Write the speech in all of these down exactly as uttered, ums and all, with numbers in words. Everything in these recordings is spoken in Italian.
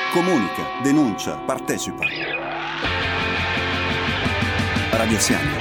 Comunica, denuncia, partecipa. Radio Siani.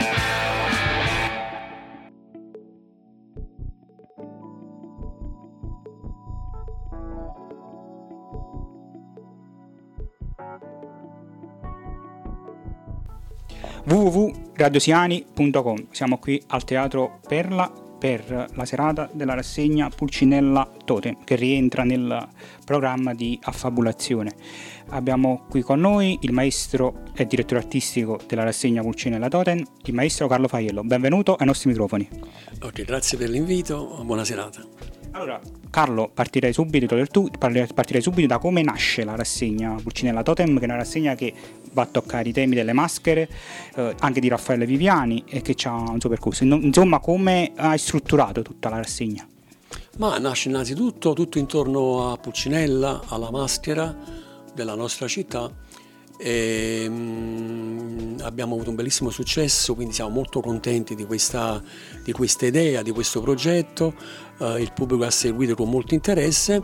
w w w punto radiosiani punto com. Siamo qui al Teatro Perla per la serata della rassegna Pulcinella Totem, che rientra nel programma di affabulazione. Abbiamo qui con noi il maestro e direttore artistico della rassegna Pulcinella Totem, il maestro Carlo Faiello. Benvenuto ai nostri microfoni. Ok, grazie per l'invito, buona serata. Allora, Carlo, partirei subito, tu, partirei subito da come nasce la rassegna Pulcinella Totem, che è una rassegna che va a toccare i temi delle maschere, eh, anche di Raffaele Viviani, e che ha un suo percorso. Insomma, come hai strutturato tutta la rassegna? Ma nasce innanzitutto tutto intorno a Pulcinella, alla maschera della nostra città. E, mh, abbiamo avuto un bellissimo successo, quindi siamo molto contenti di questa, di questa idea, di questo progetto. Uh, il pubblico ha seguito con molto interesse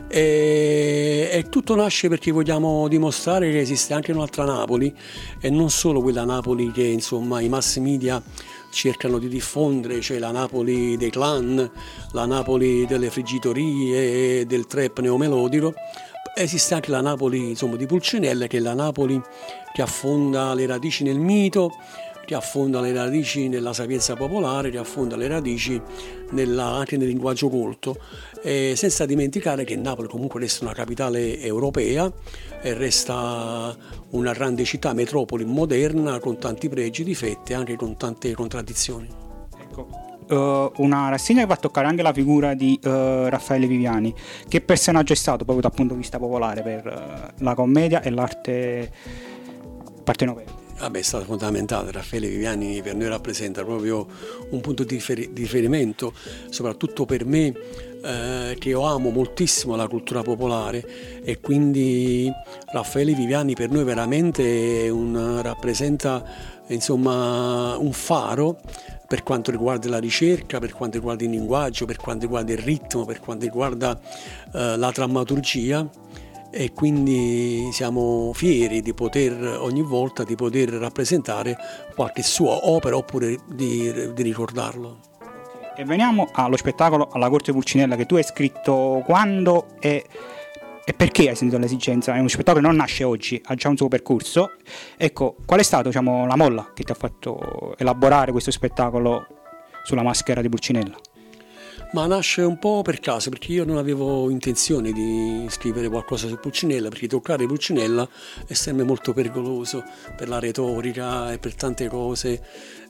e, e tutto nasce perché vogliamo dimostrare che esiste anche un'altra Napoli e non solo quella Napoli che insomma i mass media cercano di diffondere, cioè la Napoli dei clan, la Napoli delle friggitorie, del trap neomelodico. Esiste anche la Napoli insomma, di Pulcinella, che è la Napoli che affonda le radici nel mito, che affonda le radici nella sapienza popolare, che affonda le radici nella, anche nel linguaggio colto, e senza dimenticare che Napoli comunque resta una capitale europea e resta una grande città, metropoli moderna, con tanti pregi, difetti e anche con tante contraddizioni. Ecco. Uh, una rassegna che va a toccare anche la figura di uh, Raffaele Viviani. Che personaggio è stato proprio dal punto di vista popolare per uh, la commedia e l'arte partenopea? Vabbè, è stato fondamentale. Raffaele Viviani per noi rappresenta proprio un punto di, rifer- di riferimento, soprattutto per me eh, che io amo moltissimo la cultura popolare, e quindi Raffaele Viviani per noi veramente un, rappresenta insomma un faro per quanto riguarda la ricerca, per quanto riguarda il linguaggio, per quanto riguarda il ritmo, per quanto riguarda eh, la drammaturgia, e quindi siamo fieri di poter ogni volta di poter rappresentare qualche sua opera oppure di, di ricordarlo. E veniamo allo spettacolo Alla Corte Pulcinella, che tu hai scritto quando e, e perché hai sentito l'esigenza. È uno spettacolo che non nasce oggi, ha già un suo percorso. Ecco, qual è stata diciamo, la molla che ti ha fatto elaborare questo spettacolo sulla maschera di Pulcinella? Ma nasce un po' per caso, perché io non avevo intenzione di scrivere qualcosa su Pulcinella, perché toccare Pulcinella è sempre molto pericoloso per la retorica e per tante cose.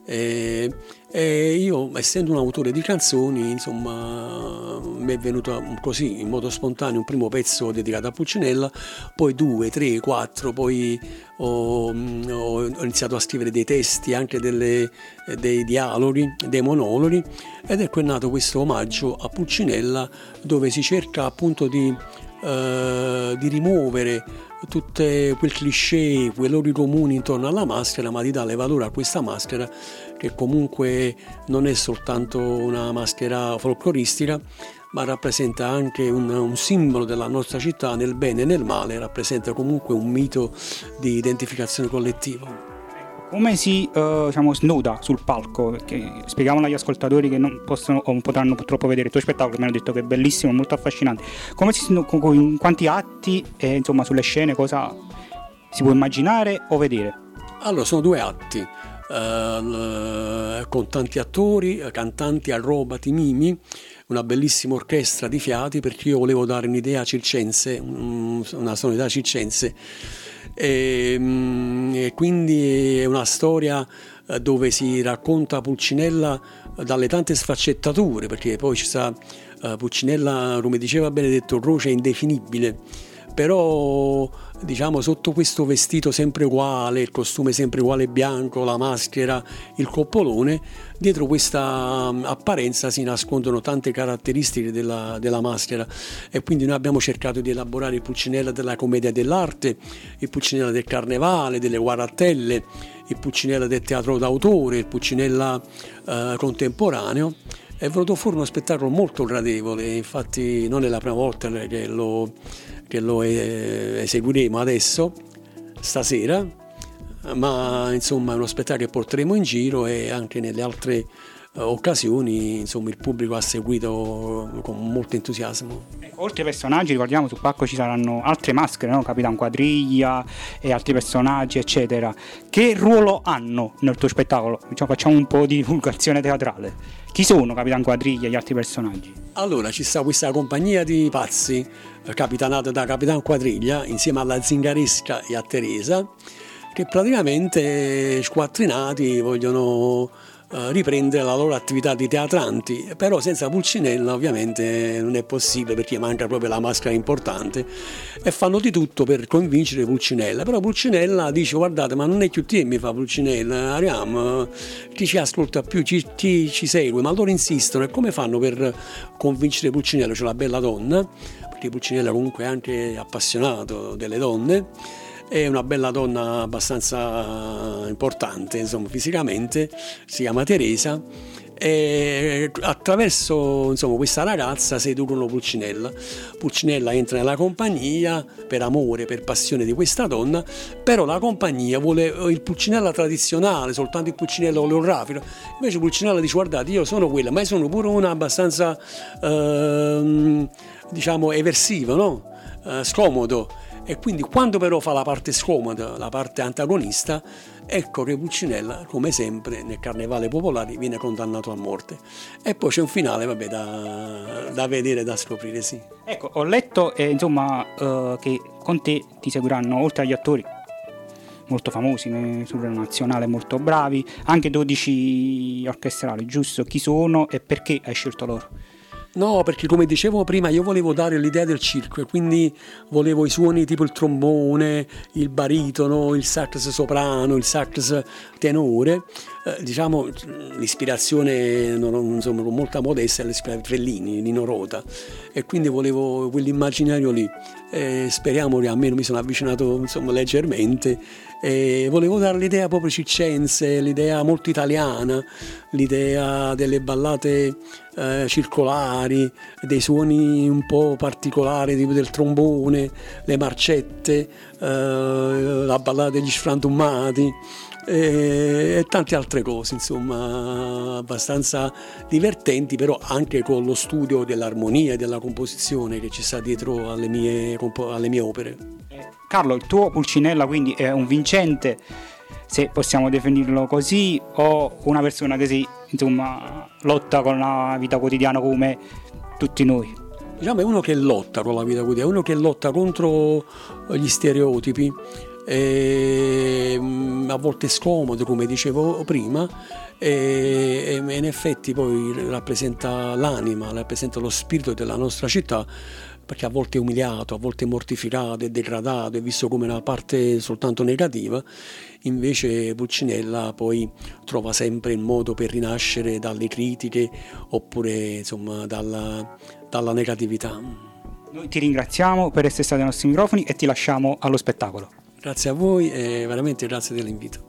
E, e io, essendo un autore di canzoni, insomma, mi è venuto così in modo spontaneo un primo pezzo dedicato a Pulcinella, poi due, tre, quattro, poi ho, ho iniziato a scrivere dei testi, anche delle, dei dialoghi, dei monologhi, ed ecco è nato questo omaggio a Pulcinella, dove si cerca appunto di, eh, di rimuovere tutte quel cliché, quei luoghi comuni intorno alla maschera, ma di dare valore a questa maschera che comunque non è soltanto una maschera folcloristica, ma rappresenta anche un, un simbolo della nostra città nel bene e nel male, rappresenta comunque un mito di identificazione collettiva. Come si uh, diciamo, snuda sul palco? Perché spieghiamolo agli ascoltatori che non possono o non potranno purtroppo vedere il tuo spettacolo, mi hanno detto che è bellissimo, molto affascinante. Come si snuda, in quanti atti e insomma sulle scene cosa si può immaginare o vedere? Allora, sono due atti, uh, con tanti attori, cantanti, acrobati, mimi, una bellissima orchestra di fiati, perché io volevo dare un'idea circense, una sonorità circense. E, e quindi è una storia dove si racconta Pulcinella dalle tante sfaccettature, perché poi ci sta uh, Pulcinella, come diceva Benedetto Croce, è indefinibile, però diciamo sotto questo vestito sempre uguale, il costume sempre uguale bianco, la maschera, il coppolone, dietro questa apparenza si nascondono tante caratteristiche della, della maschera, e quindi noi abbiamo cercato di elaborare il Pulcinella della commedia dell'arte, il Pulcinella del carnevale, delle guarattelle, il Pulcinella del teatro d'autore, il Pulcinella eh, contemporaneo. È venuto fuori uno spettacolo molto gradevole, infatti non è la prima volta che lo che lo eseguiremo adesso, stasera, ma insomma è uno spettacolo che porteremo in giro e anche nelle altre occasioni insomma il pubblico ha seguito con molto entusiasmo. Ecco, oltre ai personaggi, ricordiamo sul palco ci saranno altre maschere, no? Capitan Quadriglia e altri personaggi eccetera. Che ruolo hanno nel tuo spettacolo? Diciamo, facciamo un po' di divulgazione teatrale. Chi sono Capitan Quadriglia e gli altri personaggi? Allora ci sta questa compagnia di pazzi capitanata da Capitan Quadriglia insieme alla Zingaresca e a Teresa, che praticamente squattrinati vogliono riprendere la loro attività di teatranti, però senza Pulcinella ovviamente non è possibile perché manca proprio la maschera importante e fanno di tutto per convincere Pulcinella, però Pulcinella dice guardate ma non è più te mi fa Pulcinella, arriviamo, chi ci ascolta più, chi, chi ci segue, ma loro insistono e come fanno per convincere Pulcinella, cioè la bella donna, perché Pulcinella comunque è anche appassionato delle donne. È una bella donna abbastanza importante, insomma, fisicamente, si chiama Teresa e attraverso insomma, questa ragazza seducono Pulcinella. Pulcinella entra nella compagnia per amore, per passione di questa donna, però la compagnia vuole il Pulcinella tradizionale, soltanto il Pulcinella con l'orrafilo. Invece Pulcinella dice guardate io sono quella, ma sono pure una abbastanza ehm, diciamo eversivo, no? Eh, scomodo. E quindi quando però fa la parte scomoda, la parte antagonista, ecco che Pulcinella, come sempre nel carnevale popolare, viene condannato a morte. E poi c'è un finale, vabbè, da, da vedere, da scoprire, sì. Ecco, ho letto eh, insomma eh, che con te ti seguiranno, oltre agli attori molto famosi, eh, sul nazionale molto bravi, anche dodici orchestrali, giusto? Chi sono e perché hai scelto loro? No, perché come dicevo prima io volevo dare l'idea del circo e quindi volevo i suoni tipo il trombone, il baritono, il sax soprano, il sax tenore, eh, diciamo l'ispirazione non, insomma, con molta modestia è l'ispirazione Trellini, Nino Rota e quindi volevo quell'immaginario lì. Eh, speriamo che almeno mi sono avvicinato insomma, leggermente e volevo dare l'idea proprio circense, l'idea molto italiana, l'idea delle ballate eh, circolari, dei suoni un po' particolari tipo del trombone, le marcette, eh, la ballata degli sfrantumati e, e tante altre cose insomma abbastanza divertenti, però anche con lo studio dell'armonia e della composizione che ci sta dietro alle mie, alle mie opere. Carlo, il tuo Pulcinella quindi è un vincente, se possiamo definirlo così, o una persona che si insomma lotta con la vita quotidiana come tutti noi? Diciamo è uno che lotta con la vita quotidiana, uno che lotta contro gli stereotipi, e, a volte scomodo come dicevo prima, e, e in effetti poi rappresenta l'anima, rappresenta lo spirito della nostra città, perché a volte è umiliato, a volte è mortificato, è degradato, è visto come una parte soltanto negativa, invece Pulcinella poi trova sempre il modo per rinascere dalle critiche oppure insomma dalla, dalla negatività. Noi ti ringraziamo per essere stato ai nostri microfoni e ti lasciamo allo spettacolo. Grazie a voi e veramente grazie dell'invito.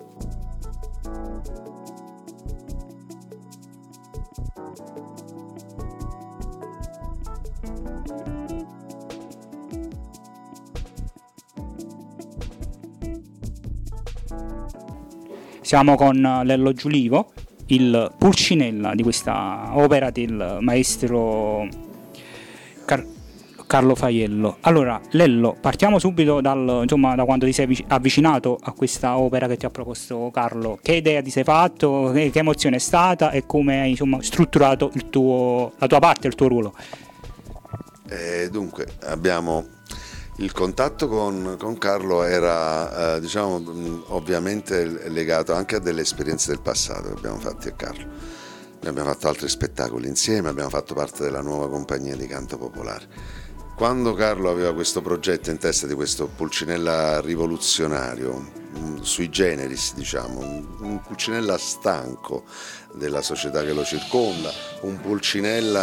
Siamo con Lello Giulivo, il Pulcinella di questa opera del maestro Car- Carlo Faiello. Allora, Lello, partiamo subito dal, insomma, da quando ti sei avvicinato a questa opera che ti ha proposto Carlo. Che idea ti sei fatto, che, che emozione è stata e come hai insomma, strutturato il tuo, la tua parte, il tuo ruolo? Eh, dunque, abbiamo... Il contatto con, con Carlo era, eh, diciamo, mh, ovviamente legato anche a delle esperienze del passato che abbiamo fatti a Carlo. Noi abbiamo fatto altri spettacoli insieme, abbiamo fatto parte della nuova compagnia di canto popolare. Quando Carlo aveva questo progetto in testa di questo Pulcinella rivoluzionario, mh, sui generis, diciamo, un, un Pulcinella stanco della società che lo circonda, un Pulcinella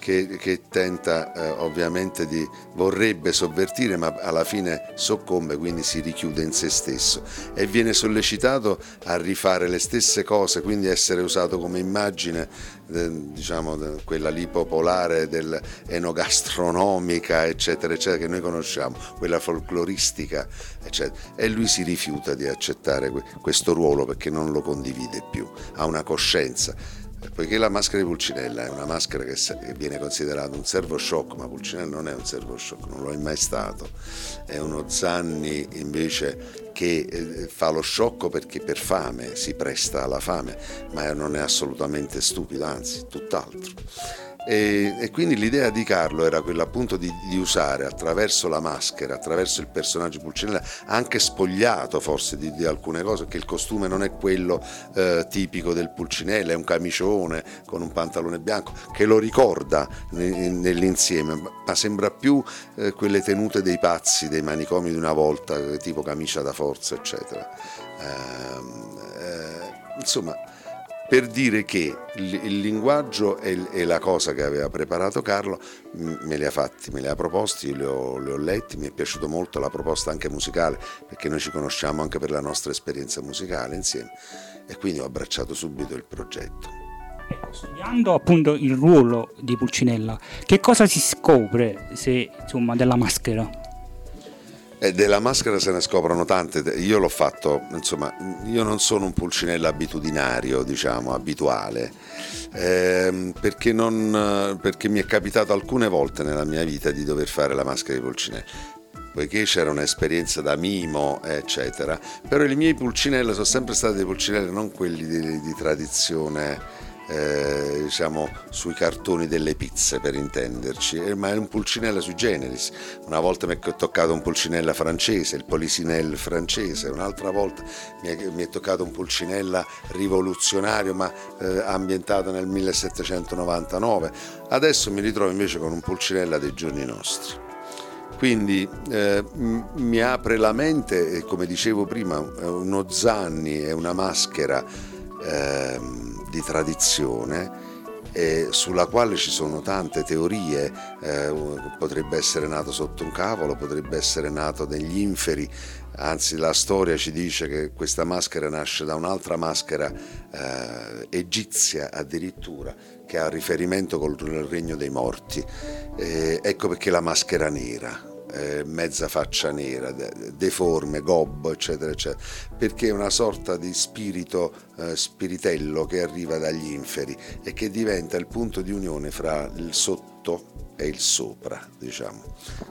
che, che tenta eh, ovviamente di, vorrebbe sovvertire, ma alla fine soccombe, quindi si richiude in se stesso e viene sollecitato a rifare le stesse cose, quindi essere usato come immagine, eh, diciamo quella lì popolare, del, enogastronomica, eccetera, eccetera, che noi conosciamo, quella folcloristica, eccetera. E lui si rifiuta di accettare questo ruolo perché non lo condivide più, ha una coscienza. Poiché la maschera di Pulcinella è una maschera che viene considerata un servo shock, ma Pulcinella non è un servo shock, non lo è mai stato, è uno Zanni invece che fa lo sciocco perché per fame, si presta alla fame, ma non è assolutamente stupido, anzi tutt'altro. E, e quindi l'idea di Carlo era quella appunto di, di usare attraverso la maschera, attraverso il personaggio Pulcinella, anche spogliato forse di, di alcune cose, che il costume non è quello eh, tipico del Pulcinella, è un camicione con un pantalone bianco che lo ricorda nell'insieme, ma sembra più eh, quelle tenute dei pazzi, dei manicomi di una volta, tipo camicia da forza, eccetera. Eh, eh, insomma, per dire che il, il linguaggio e, e la cosa che aveva preparato Carlo me li ha fatti, me li ha proposti, io li ho, li ho letti, mi è piaciuto molto la proposta anche musicale, perché noi ci conosciamo anche per la nostra esperienza musicale insieme, e quindi ho abbracciato subito il progetto. Studiando appunto il ruolo di Pulcinella, che cosa si scopre se, insomma, della maschera? E della maschera se ne scoprono tante, io l'ho fatto, insomma, io non sono un Pulcinella abitudinario, diciamo, abituale, ehm, perché, non, perché mi è capitato alcune volte nella mia vita di dover fare la maschera di Pulcinella, poiché c'era un'esperienza da mimo, eccetera, però i miei Pulcinella sono sempre stati dei Pulcinella, non quelli di, di tradizione, Eh, diciamo sui cartoni delle pizze, per intenderci, eh, ma è un Pulcinella sui generis. Una volta mi è toccato un Pulcinella francese, il Polisinelle francese, un'altra volta mi è, mi è toccato un Pulcinella rivoluzionario, ma eh, ambientato nel millesettecentonovantanove. Adesso mi ritrovo invece con un Pulcinella dei giorni nostri. Quindi eh, mi apre la mente, e come dicevo prima, uno Zanni è una maschera eh, di tradizione eh, sulla quale ci sono tante teorie, eh, potrebbe essere nato sotto un cavolo, potrebbe essere nato negli inferi, anzi la storia ci dice che questa maschera nasce da un'altra maschera eh, egizia addirittura, che ha riferimento col regno dei morti, eh, ecco perché la maschera nera, Eh, mezza faccia nera, deforme, gobbo, eccetera, eccetera, perché è una sorta di spirito, eh, spiritello che arriva dagli inferi e che diventa il punto di unione fra il sotto e il sopra, diciamo.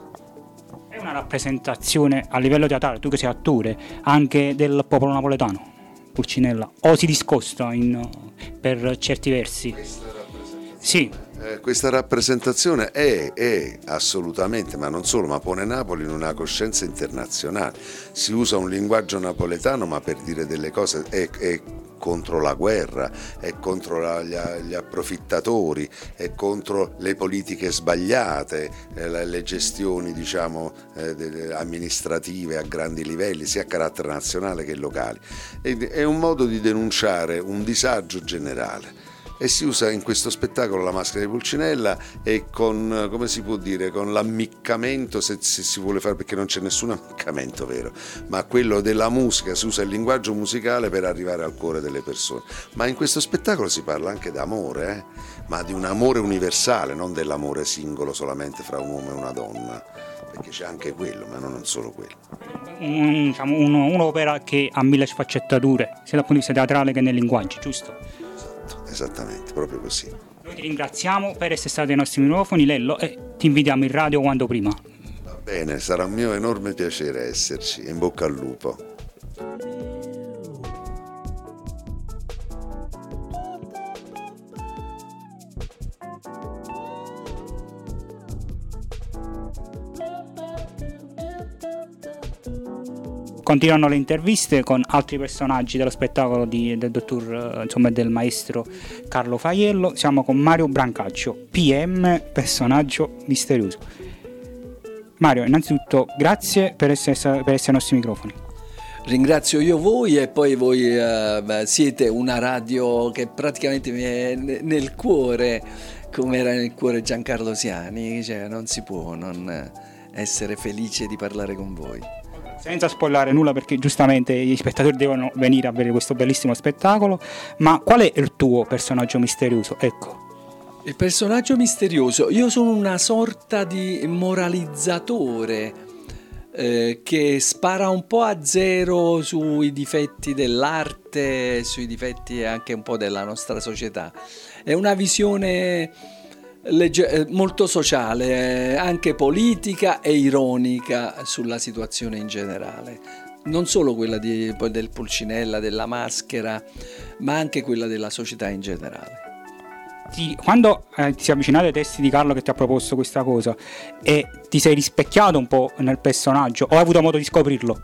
È una rappresentazione a livello teatrale, tu che sei attore, anche del popolo napoletano, Pulcinella, o si discosta in, per certi versi? Questa rappresentazione. Sì. Eh, questa rappresentazione è, è assolutamente, ma non solo, ma pone Napoli in una coscienza internazionale. Si usa un linguaggio napoletano, ma per dire delle cose è, è contro la guerra, è contro la, gli, gli approfittatori, è contro le politiche sbagliate, eh, le, le gestioni, diciamo, eh, de, amministrative a grandi livelli, sia a carattere nazionale che locali. È, è un modo di denunciare un disagio generale. E si usa in questo spettacolo la maschera di Pulcinella e con, come si può dire, con l'ammiccamento, se, se si vuole fare, perché non c'è nessun ammiccamento vero, ma quello della musica, si usa il linguaggio musicale per arrivare al cuore delle persone. Ma in questo spettacolo si parla anche d'amore, eh? ma di un amore universale, non dell'amore singolo solamente fra un uomo e una donna, perché c'è anche quello, ma non solo quello. Un, diciamo, uno, un'opera che ha mille sfaccettature, sia dal punto di vista teatrale che nel linguaggio, giusto? Esattamente, proprio così. Noi ti ringraziamo per essere stato ai nostri microfoni, Lello, e ti invitiamo in radio quanto prima. Va bene, sarà un mio enorme piacere esserci. In bocca al lupo. Continuano le interviste con altri personaggi dello spettacolo di, del dottor, insomma, del maestro Carlo Faiello. Siamo con Mario Brancaccio, P M, personaggio misterioso. Mario, innanzitutto grazie per essere, per essere ai nostri microfoni. Ringrazio io voi, e poi voi uh, siete una radio che praticamente mi è nel cuore, come era nel cuore Giancarlo Siani, cioè non si può non essere felice di parlare con voi. Senza spoilerare nulla, perché giustamente gli spettatori devono venire a vedere questo bellissimo spettacolo, ma qual è il tuo personaggio misterioso? Ecco. Il personaggio misterioso, io sono una sorta di moralizzatore eh, che spara un po' a zero sui difetti dell'arte, sui difetti anche un po' della nostra società. È una visione legge- molto sociale, anche politica e ironica sulla situazione in generale. Non solo quella di, poi del Pulcinella, della maschera, ma anche quella della società in generale. Ti, quando eh, ti sei avvicinato ai testi di Carlo che ti ha proposto questa cosa e ti sei rispecchiato un po' nel personaggio, o hai avuto modo di scoprirlo?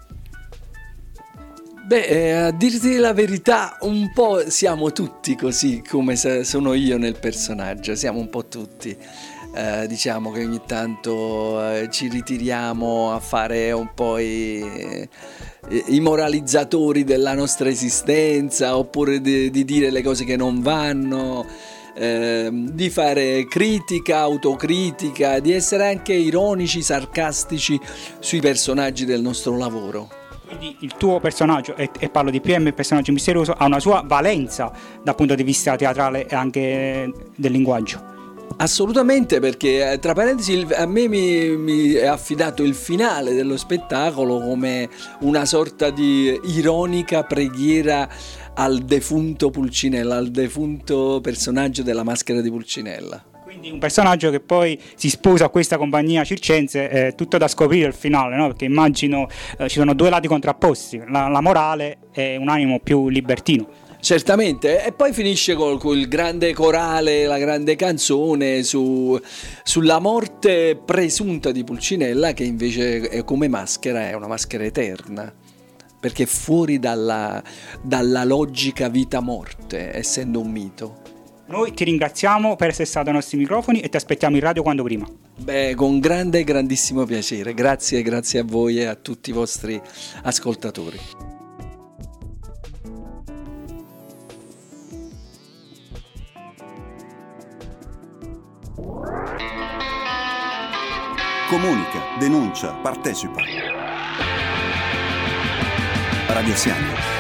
Beh, eh, a dirti la verità, un po' siamo tutti così come sono io nel personaggio, siamo un po' tutti. Eh, diciamo che ogni tanto eh, ci ritiriamo a fare un po' i, i moralizzatori della nostra esistenza, oppure di, di dire le cose che non vanno, eh, di fare critica, autocritica, di essere anche ironici, sarcastici sui personaggi del nostro lavoro. Quindi il tuo personaggio, e, e parlo di P M, il personaggio misterioso, ha una sua valenza dal punto di vista teatrale e anche del linguaggio. Assolutamente, perché tra parentesi a me mi, mi è affidato il finale dello spettacolo come una sorta di ironica preghiera al defunto Pulcinella, al defunto personaggio della maschera di Pulcinella. Quindi un personaggio che poi si sposa a questa compagnia circense, è tutto da scoprire il finale, no? Perché immagino eh, ci sono due lati contrapposti, la, la morale e un animo più libertino. Certamente, e poi finisce col, col grande corale, la grande canzone su, sulla morte presunta di Pulcinella, che invece è come maschera, è una maschera eterna, perché è fuori dalla, dalla logica vita-morte, essendo un mito. Noi ti ringraziamo per essere stato ai nostri microfoni e ti aspettiamo in radio quando prima. Beh, con grande, grandissimo piacere. Grazie, grazie a voi e a tutti i vostri ascoltatori. Comunica, denuncia, partecipa. Radio Siani.